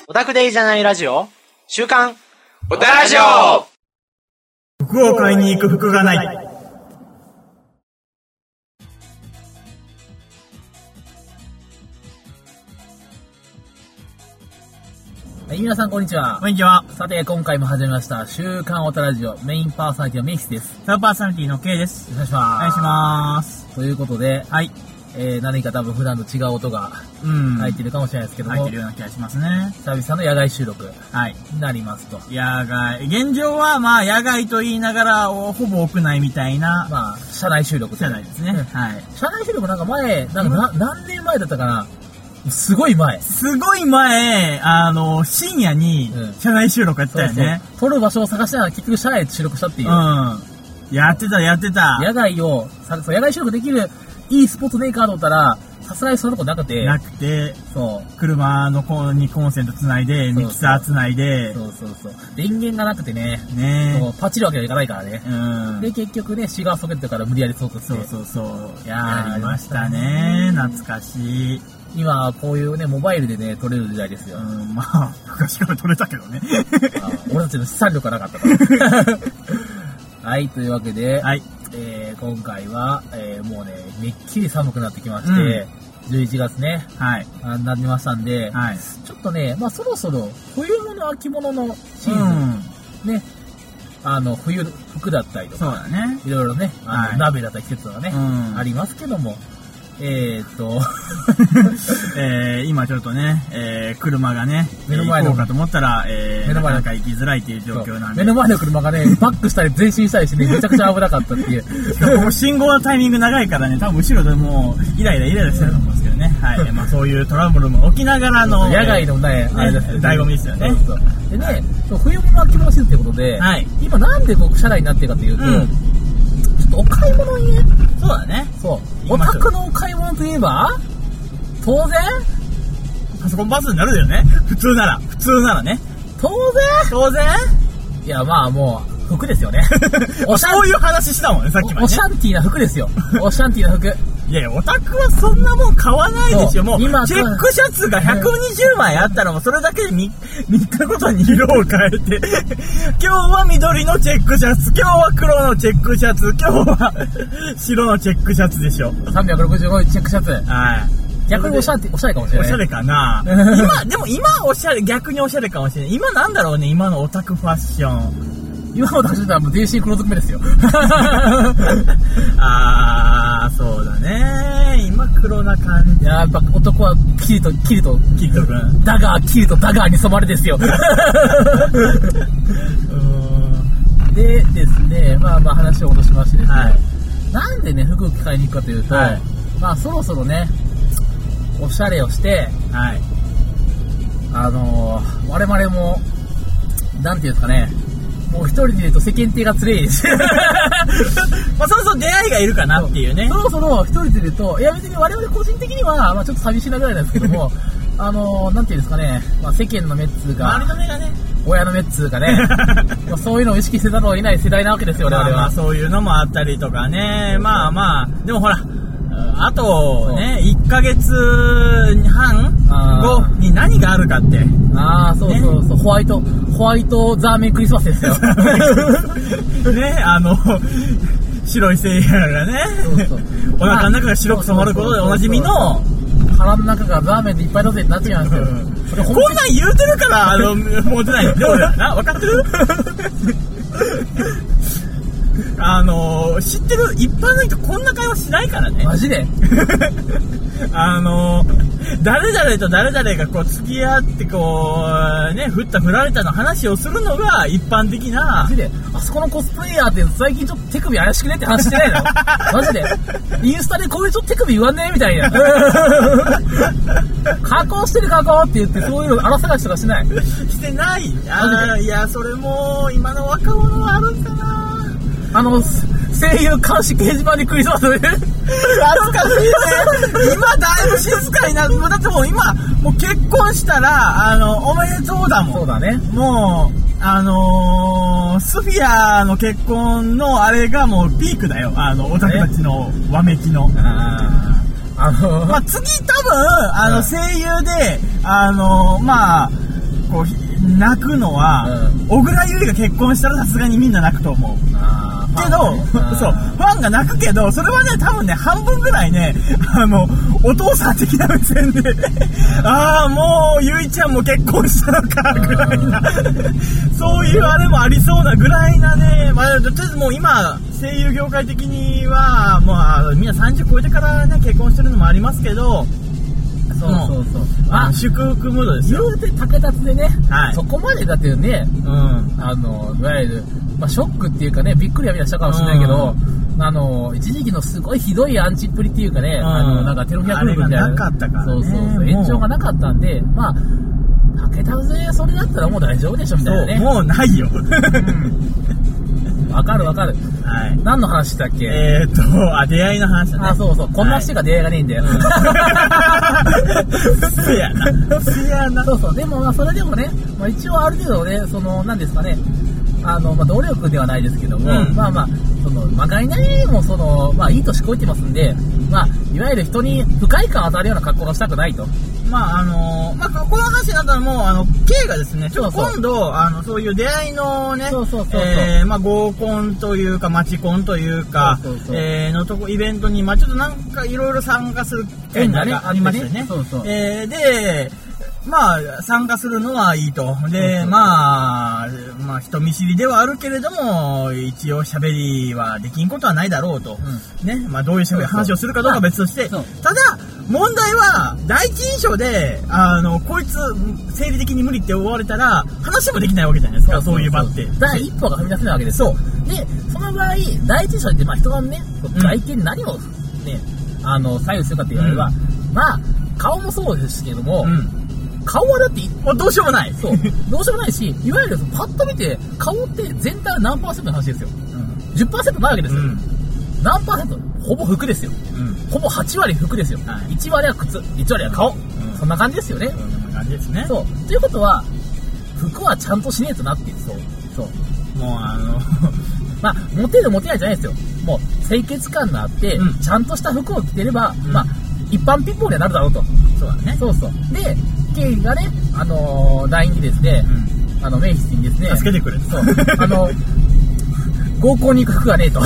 オタクでいいじゃないラジオ週刊オタラジオ。 服を買いに行く服がない。 はい、皆さんこんにちは。 こんにちは。 さて、今回も始めました週刊オタラジオ、メインパーソナリティのメイキスです。 サブパーソナリティの K です。 お願いします。 お願いします。 ということで、 はい。 何か多分普段と違う音が入ってるかもしれないですけども、 入ってるような気がしますね。 久々の野外収録はいになりますと。 野外。現状はまあ野外と言いながらほぼ屋内みたいな。 まあ、車内収録じゃないですね。はい。 車内収録なんか前、何年前だったかな。すごい前。 すごい前、深夜に車内収録やってたよね。 そう。撮る場所を探しながら結局車内で収録したっていう。 やってた。 野外収録できるいいスポットねえかと思ったら、さすがにそのとこなくて。 そう。車の方にコンセント繋いで、ミキサー繋いで。 そう。電源がなくてね。そうパチるわけにはいかないからね。で、結局ね、シガーソケットから無理やり操作して。 そう。やりましたね。懐かしい。 今、こういうね、モバイルでね、撮れる時代ですよ。 まあ、昔から撮れたけどね。 俺たちの資産力がなかったから。はい、というわけで、 はい。 今回は、もうね、めっきり寒くなってきまして、11月ね、 はい。 なりましたんで、 はい。 ちょっとね、まあそろそろ冬物、秋物のシーズン、ね、冬服だったりとか、 そうだね。 いろいろね、 はい、 鍋だったり季節とかね、ありますけども、 今ちょっとね、車がね、 目の前の行こうかと思ったら、なかなか行きづらいっていう状況なんで。 目の前の車がね、バックしたり前進したりしてね、めちゃくちゃ危なかったっていう。 もう信号のタイミング長いからね、多分後ろでもうイライラしてると思うんですけどね。はい。まあそういうトラブルも起きながらの、 野外のね、あれですよね。 醍醐味ですよね。 でね、冬物秋物シーズンってことで、 はい。 今なんで僕車内になってるかというと、ちょっとお買い物にね、 そうだね。 そう。オタクのお買い物といえば、当然パソコンバスになるよね。普通ならね。 当然いや、まあもう、服ですよね。 そういう話したもんね、さっきまで、ね。 オシャンティーな服ですよ。オシャンティーな服。 いや、オタクはそんなもん買わないでしょ。もう、 今チェックシャツが120枚あったらもうそれだけで3日ごとに色を変えて、今日は緑のチェックシャツ、今日は黒のチェックシャツ、今日は白のチェックシャツでしょ。 365チェックシャツ。 はい。 逆におしゃれかもしれない。 おしゃれかな。でも今おしゃれ、逆におしゃれかもしれない。今なんだろうね、今のオタクファッション。 今のオタクファッションはもう DC 黒ずくめですよ。 そうだね。今黒な感じ。 やっぱ男はキリト君。ダガーに染まれですよ。でですね、まあ話を戻しましてですね。はい、なんでね、服を買いに行くかというと、はい、まあそろそろね、おしゃれをして、 はい。 我々も、なんていうんですかね、もう一人でいると世間体がつれいです。 まあそろそろ出会いがいるかなっていうね。 そろそろ一人でいると、いや別に我々個人的には、まあちょっと寂しいなぐらいなんですけども、なんていうんですかね、まあ世間の目っつうか、 周りの目がね、 親の目っつうかね、まあそういうのを意識せざるを得ない世代なわけですよ、我々は。 まあそういうのもあったりとかね、まあ、でもほら、あとね、1ヶ月半後に何があるかって。 そう、ね、ホワイトザーメンクリスマスですよ。 ね、白いセイヤがね、お腹の中が白く染まることでおなじみの、 腹の中がザーメンでいっぱいだぜってなっちゃうんですよ。 こんなん言うてるから、持てないんだよ、俺らな。分かってる？知ってる一般の人こんな会話しないからね。 マジで？ 誰々と誰々がこう付き合ってこうね、振られたの話をするのが一般的な。 マジで？あそこのコスプレイヤーって最近ちょっと手首怪しくねって話してないの？マジで？インスタでこういうちょっと手首言わんねみたいな。加工してる加工って言ってそういうの荒探しとかしない？ してない。いや、それも今の若者はあるんだな。 声優監視掲示板でクリスマスで懐かしいね。今だいぶ静かになる。だってもう今もう結婚したらおめでとうだもん。 そうだね。 もうスフィアの結婚のあれがもうピークだよ。オタクたちのわめきの。まあ次多分声優でまあこう泣くのは、小倉優衣が結婚したらさすがにみんな泣くと思う。けど、そう、ファンが泣くけど、それはね、多分ね、半分ぐらいね、お父さん的な目線で、ああ、もう、ゆいちゃんも結婚したのか、ぐらいな、そういうあれもありそうなぐらいなね、まあ、とりあえずもう今、声優業界的には、もう、みんな30超えてからね、結婚してるのもありますけど、 そうそうそう。 祝福ムードですよ。 言うて竹立でね、 はい、 そこまでだってね、いわゆる、まあ、ショックっていうかね、びっくりはみんなしたかもしれないけど、一時期のすごいひどいアンチっぷりっていうかね、なんかテロ100みたいな。 なかったからね。 そうそうそう。延長がなかったんで、まあ、竹立でそれだったらもう大丈夫でしょみたいなね。 そう、もうないよ。 わかるわかる。 はい。 何の話だっけ？ 出会いの話だね。 そうそう。こんなしてか出会いがねえんだよ。 せやな。せやな。 そうそう。でも、まあ、それでもね、まあ、一応ある程度ね、なんですかね、まあ、努力ではないですけども、まあまあ、まがいなりにも、まあ、いい年こいてますんで、まあ、いわゆる人に不快感を与えるような格好をしたくないと。 まあまあ、この話になったらもう、K がですね、ちょっと今度、そういう出会いのね、まあ、合コンというか、マチコンというか、イベントに、まあ、ちょっとなんかいろいろ参加する機会がありましてね。で、まあ、参加するのはいいと。で、まあ、人見知りではあるけれども、一応喋りはできんことはないだろうと。ね。まあ、どういう話をするかどうかは別として、ただ、問題は、第一印象で、こいつ、生理的に無理って思われたら、話もできないわけじゃないですか、そういう場って。 第一歩が踏み出せないわけですよ。で、その場合、第一印象って、まあ、人がね、外見何をね、左右するかって言われれば、まあ、顔もそうですけども、顔はだってどうしようもない。 そう。どうしようもないし、いわゆるパッと見て、顔って全体の何%の話ですよ。10% ないわけですよ。何%? ほぼ服ですよ。ほぼ8割服ですよ。1割は靴、1割は顔。そんな感じですよね。 そんな感じですね。 そう。ということは、服はちゃんとしねえとなっていう。そう。 もうまあ、モテるモテないじゃないですよ。もう、清潔感があって、ちゃんとした服を着てれば、まあ、一般ピッポーにはなるだろうと。 そうだね。 そうそう。で、ケイがね、LINE にですね、メイヒスにですね、 助けてくれ。 そう。合コンに行く服がねえと。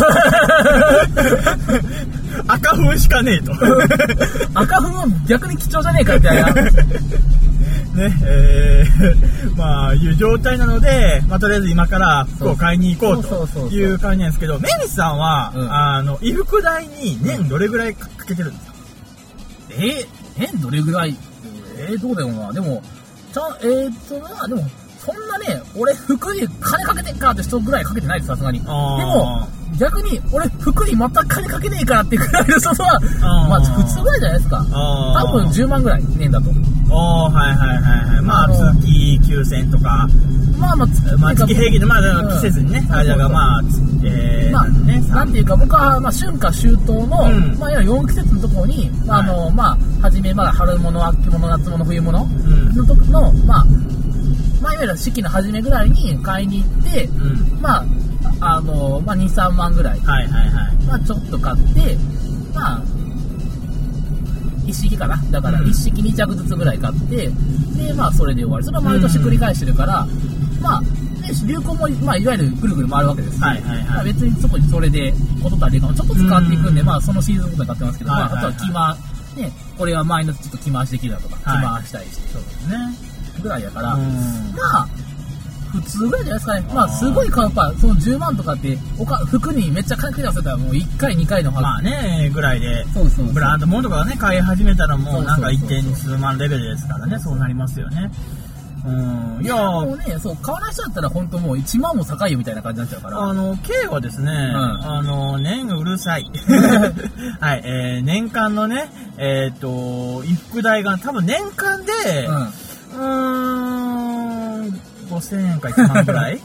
赤粉しかねえと。 赤粉は逆に貴重じゃねえかみたいな。 ね、まあ、いう状態なので、まあ、とりあえず今から服を買いに行こうという感じなんですけど、メイヒスさんは、衣服代に年どれぐらいかけてるんですか？ 年どれぐらいどうだよな。でも、でも、そんなね、俺服に金かけてっかって人ぐらいかけてないです、さすがに。でも、逆に、俺服に全く金かけねえからってぐらいの人は、まあ、普通ぐらいじゃないですか。多分10万ぐらい、年だと。 はいはいはいはい。まあ、月9000とか。まあ、月平均で、まあ、季節にね、あれだが、まあ、 なんていうか、僕は、まあ、春夏秋冬の、まあ、4季節のところに、まあ、はじめ、まだ春物、秋物、夏物、冬物のとこの、まあ、いわゆる四季の初めぐらいに買いに行って、まあ、まあ、2、3万ぐらい。まあ、ちょっと買って、まあ、一式かな。だから、一式2着ずつぐらい買って、で、まあ、それで終わり。それは毎年繰り返してるから、まあ、流行も、まあ、いわゆるぐるぐる回るわけです。まあ、別にそれで、こと足りるかもちょっと使っていくんで、まあ、そのシーズンごとに買ってますけど、まあ、あとはね、これは前のちょっと着回しできるだとか、着回したりして、そうですね。ぐらいやから、まあ、普通ぐらいじゃないですかね。まあ、すごい買うその10万とかって、服にめっちゃ買いかけたらもう1回、2回の話。 まあね、ぐらいで、 そうブランド物とかね、買い始めたらもうなんか一点数万レベルですからね、そうなりますよね。 いやもうね、そう、買わない人だったら本当もう1万も高いよみたいな感じになっちゃうから。 K はですね、年うるさい。はい、年間のね、衣服代が多分年間で、5000円か1万ぐらい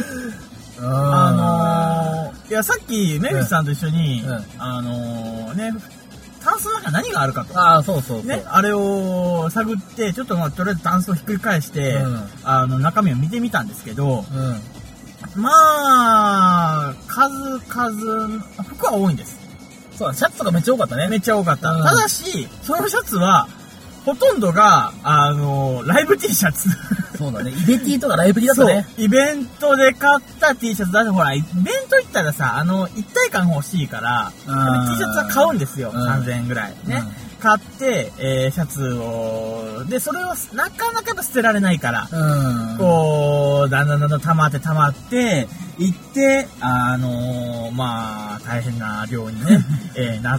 いや、さっき、メビスさんと一緒に、ね、タンスの中何があるかと。 そうそう。 ね、あれを探って、ちょっとまあ、とりあえずタンスをひっくり返して、中身を見てみたんですけど、まあ、服は多いんです。 そうだ、シャツとかめっちゃ多かったね。 めっちゃ多かった。ただし、そのシャツは、 ほとんどが、ライブ T シャツ。 そうだね。イベ T とかライブ T だったね。 そう。イベントで買った T シャツだって、ほら、イベント行ったらさ、一体感欲しいから、T シャツは買うんですよ。3000円ぐらい。ね。買って、シャツを、で、それをなかなか捨てられないから、こう、だんだん溜まって、行って、まあ、大変な量にね、なって、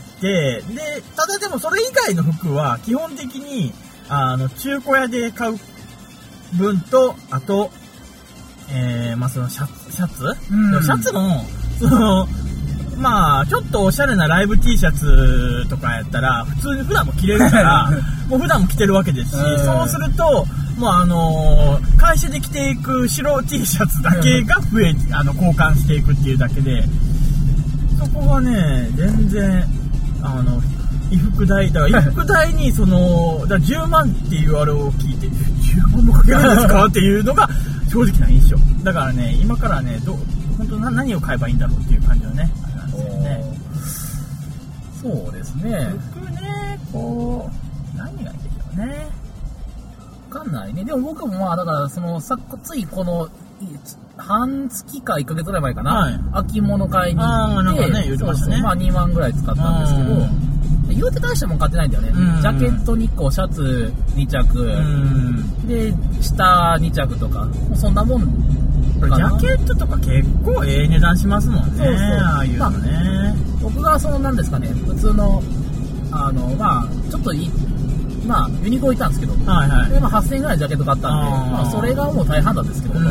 で、ただでもそれ以外の服は、基本的に、中古屋で買う分と、あと、まあ、そのシャツ、シャツも、まあ、ちょっとおしゃれなライブ T シャツとかやったら、普段も着れるから、もう普段も着てるわけですし、そうすると、もう会社で着ていく白 T シャツだけが増え、交換していくっていうだけで、そこがね、全然、衣服代に、だから10万っていうあれを聞いて、10万もかけるんですかっていうのが正直な印象。だからね、今からね、本当何を買えばいいんだろうっていう感じのね、あれなんですよね。 そうですね。 服ね、こう、何がいいでしょうね。 わかんないね。でも僕もまあ、だから、ついこの、半月か1ヶ月ぐらい前かな、はい、秋物買いに行って、 なんかね、言ってましたね。 まあ2万ぐらい使ったんですけど、言うて大したもん買ってないんだよね。ジャケット2個、シャツ2着、で、下2着とか、そんなもんかな。 ジャケットとか結構値段しますもんね。ああいうのね。 僕がなんですかね、普通の、まあちょっとまあ、ユニクロ行ったんですけど、でまあ、8000円ぐらいジャケット買ったんで、まあ、それがもう大半なんですけど、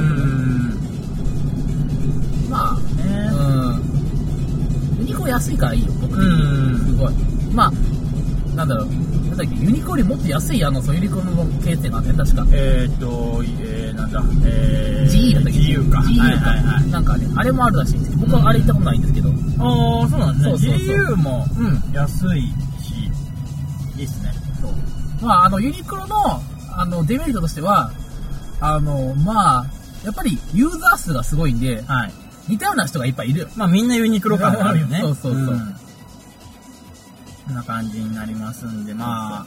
まあ、ユニクロ安いからいいよ、僕。すごい。まあ、なんだろう、なんだっけ、ユニクロよりもっと安いユニクロの経営店があって、確か。 なんだ、 GE だったっけ GU か。 なんかね、あれもあるらしいんですけど、僕はあれ行ったことないんですけど。 ああ、そうなんですね。GU も、安いし、いいっすね。 まあ、ユニクロの、デメリットとしては、まあ、やっぱりユーザー数がすごいんで、似たような人がいっぱいいるよ。 まあ、みんなユニクロ感があるよね。 そう。 こんな感じになりますんで、ま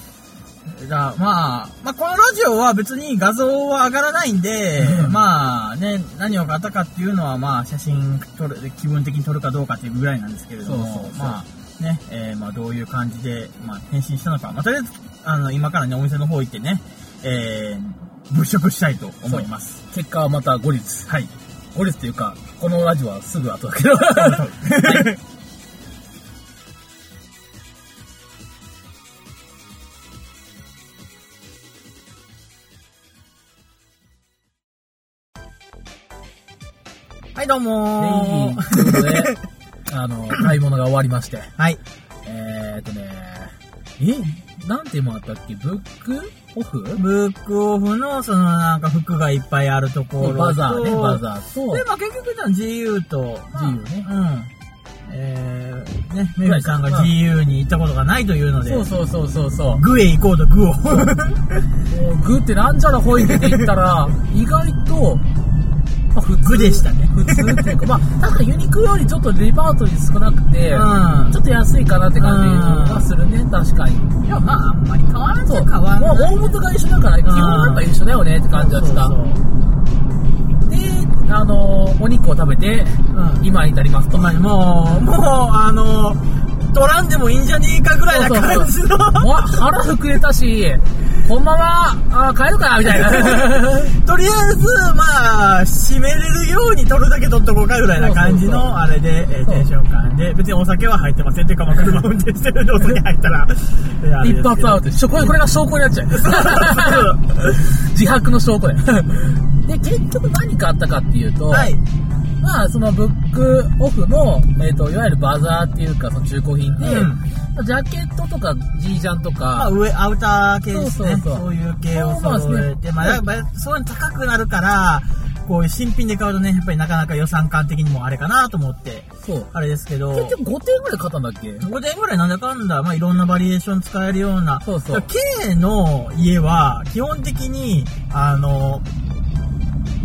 あ、このラジオは別に画像は上がらないんで、まあね、何を買ったかっていうのは、まあ、写真気分的に撮るかどうかっていうぐらいなんですけれども、まあ、ね、まあ、どういう感じで、まあ、返信したのか、まあ、とりあえず、今からね、お店の方行ってね、物色したいと思います。 結果はまた後日。 はい。 後日というか、このラジオはすぐ後だけど。 はい、どうもー。 ということで、買い物が終わりまして。 はい。 なんてもあったっけ？ブックオフの、なんか服がいっぱいあるところと。 バザーね、バザーと。 で、まあ結局GU と。 GU ね。 ね、メグさんが GU に行ったことがないというので。 そう。 グへ行こうとグを。 グってなんじゃらほいでって言ったら、意外と、普通でしたね。 普通っていうか、まあ、確かユニクロよりちょっとレパートリー少なくて、ちょっと安いかなって感じがするね、確かに。 いや、まあ、あんまり変わらず変わらない。 もう大元が一緒だから、基本やっぱ一緒だよねって感じだった。で、お肉を食べて、今に至りますと。 もう、取らんでもいいんじゃねえかぐらいな感じの。 腹膨れたし、こんばんは、帰るかみたいな。 とりあえず、まあ、締めれるように取るだけ取っとこうかぐらいな感じの、あれで、テンション感で、別にお酒は入ってませんっていうか、車運転してるんでお酒入ったら。 一発アウト。これが証拠になっちゃう。自白の証拠で。で、結局何かあったかっていうと、まあ、そのブックオフの、いわゆるバザーっていうか、その中古品で、ジャケットとか、ジージャンとか、 まあ、アウター系ですね。そういう系を揃えて、まあ、そういうの高くなるから、こういう新品で買うとね、やっぱりなかなか予算感的にもあれかなと思って、あれですけど。 結局5点ぐらい買ったんだっけ ?5 点ぐらいなんだかんだ、まあ、いろんなバリエーション使えるような。K の家は、基本的に、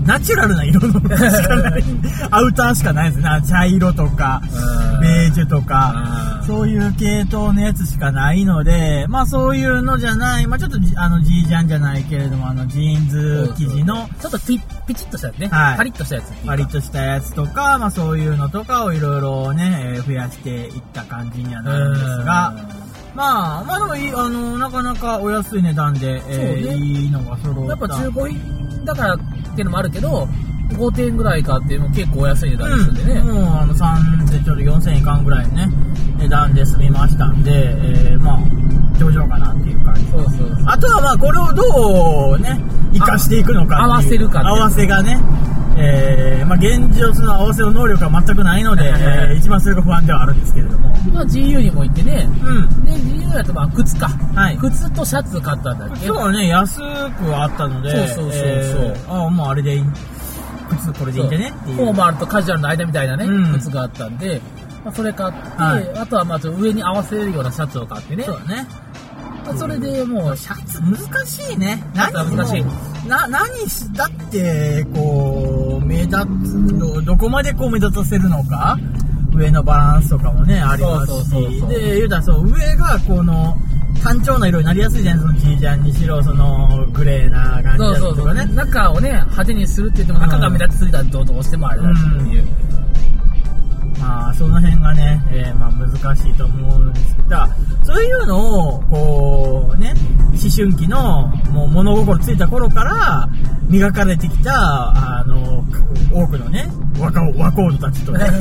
ナチュラルな色の服しかない。アウターしかないですね。茶色とか、ベージュとか、そういう系統のやつしかないので、まあそういうのじゃない、まあちょっとジージャンじゃないけれども、ジーンズ生地の、 ちょっとピチッとしたやつね。 はい。 パリッとしたやつ。 パリッとしたやつとか、まあそういうのとかをいろいろね、増やしていった感じにはなるんですが、まあでもいい、なかなかお安い値段で、いいのが揃った。 やっぱ中古品だからっていうのもあるけど、5点ぐらいかっていうのも結構お安い値段ですんでね。 もう3でちょっと4000円間ぐらいのね、値段で済みましたんで、まあ、上々かなっていう感じ。 そう。 あとはまあこれをどうね、活かしていくのかっていう。 合わせるか、ね。 合わせがね。まあ現状その合わせの能力は全くないので、一番それが不安ではあるんですけれども。 まあ GU にも行ってね。で、GU だとまあ靴か。はい。靴とシャツ買ったんだっけ。 そうね、安くあったので。 そう。 もうあれでいい。靴これでいいんでねっていう。 フォーマルとカジュアルの間みたいなね、靴があったんで、まあそれ買って、あとはまあ上に合わせるようなシャツを買ってね。 そうね。 それでもう、 シャツ難しいね。 難しい。 だって、こう、どこまでこう目立たせるのか、上のバランスとかもね、ありますし。で、言うたら上がこの、単調な色になりやすいじゃん、そのジージャンにしろ、その、グレーな感じだとかね。 中をね、派手にするって言っても、中が目立ちすぎたらどうしてもあれだっていう。 まあ、その辺がね、まあ難しいと思うんですけど、そういうのを、こう、ね、思春期の、もう物心ついた頃から、磨かれてきた、多くのね、若人たちとね、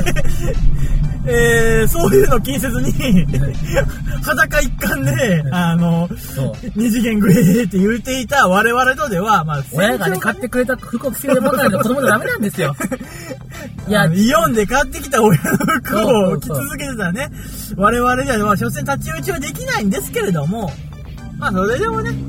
そういうの気にせずに、裸一貫で、二次元グレーって言っていた我々とでは、まあ、 親がね、買ってくれた服を着せるばかりの子供じゃダメなんですよ。 いや、イオンで買ってきた親の服を着続けてたらね、我々では、まあ、所詮立ち打ちはできないんですけれども、まあ、それでもね、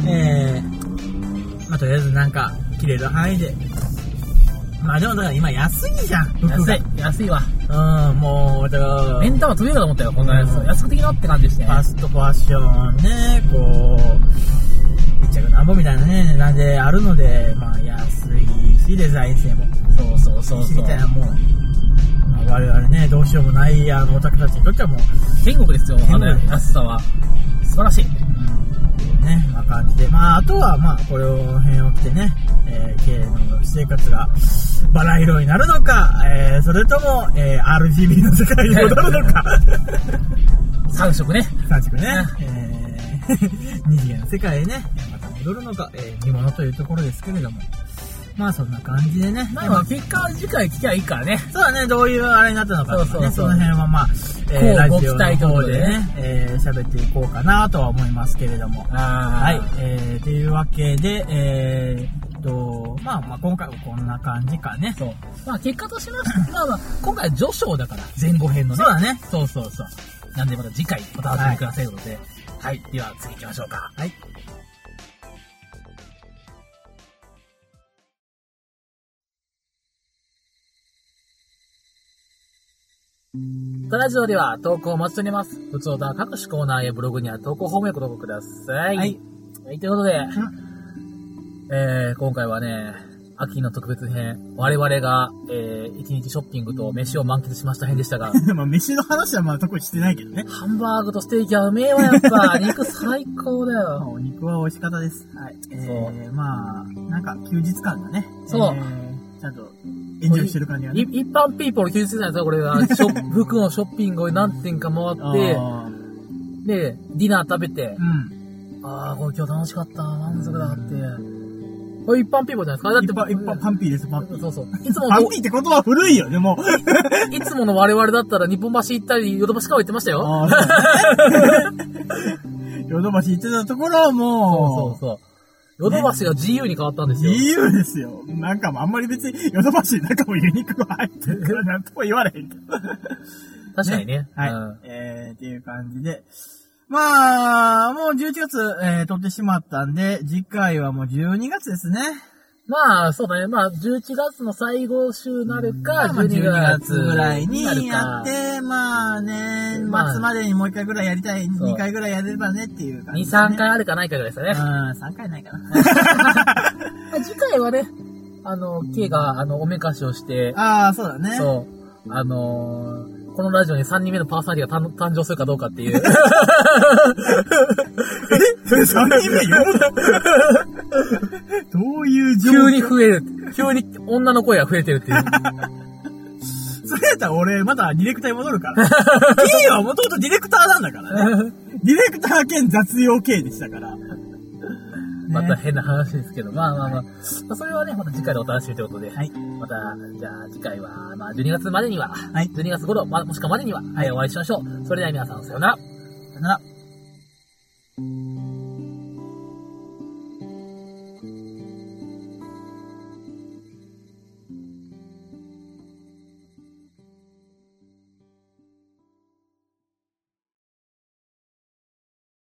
まあ、とりあえずなんか、着れる範囲で。まあ、でもだから今安いじゃん、服が。 安いわ。 もう、だから。 目ん玉飛びるかと思ったよ、こんなやつ。安くていいなって感じですね。 ファストファッションね、こう、一着なんぼみたいなね、値段であるので、まあ、安いし、デザイン性も。そう。みたいなもう、まあ、我々ね、どうしようもない、オタクたちにとってはもう、 天国ですよ、安さは。素晴らしい。 ね、まあ感じで。まあ、あとは、まあ、これを辺を着てね、経営の生活がバラ色になるのか、それとも、RGB の世界に戻るのか。 3色ね。 二次元の世界へね、また戻るのか、見物というところですけれども。まあそんな感じでね。 まあ結果次回聞きゃいいからね。 そうだね、どういうあれになったのかとかね、その辺はまあ、 ラジオの方でね、喋っていこうかなとは思いますけれども。はい。というわけで、まあ今回はこんな感じかね。 そう。まあ結果としまして、まあ今回は序章だから、前後編のね。 そうだね。 そう。なんでまた次回お楽しみくださいので。はい。では次行きましょうか。 はい。 ラジオでは投稿をお待ちしております。普通だ各種コーナーやブログには投稿フォームへご投稿ください。はい。ということで、今回はね、秋の特別編、我々が、一日ショッピングと飯を満喫しました編でしたが。 まあ飯の話はまあ特にしてないけどね。 ハンバーグとステーキはうめえわ、やっぱ。肉最高だよ。 お肉は美味しかったです。はい。まあ、なんか休日感がね。 そう。 ちゃんと、エンジョイしてる感じがね。 一般ピーポーの休日じゃないですか、これは。服のショッピングを何店か回って、で、ディナー食べて、ああ、これ今日楽しかった、満足だって。これ一般ピーポーじゃないですか。だって一般パンピーです、パンピー。 そう。 いつもパンピーって言葉古いよ、でも。 いつもの我々だったら日本橋行ったり、ヨドバシカワ行ってましたよ。 ヨドバシ行ってたところはもう、そう。ヨドバシが GU に変わったんですよ。 GU ですよ。なんかあんまり別にヨドバシの中もユニクロ入ってるからなんとも言われへんけど。 確かにね。 はい。っていう感じで。まあ、もう11月、撮ってしまったんで、次回はもう12月ですね。 まあ、そうだね。まあ、11月の最後週なるか、 12月ぐらいにやって、まあね、末までにもう1回ぐらいやりたい、2回ぐらいやれればねっていう感じ、ね。 2、3回あるかないかぐらいですよね。 3回ないかな。 次回はね、 K が、おめかしをして、 そうだね。 そう、このラジオに3人目のパーソナリティが誕生するかどうかっていう。 3人目言うどういう状況？ 急に増える。急に女の声が増えてるっていう。 それやったら俺、またディレクターに戻るから。K はもともとディレクターなんだからね。ディレクター兼雑用 K でしたから。 また変な話ですけど、まあ、それはね、また次回でお楽しみということで、はい。また、じゃあ次回は、12月までには、はい。12月頃、もしくはまでには、はい、お会いしましょう。それでは皆さん、さようなら。 さようなら。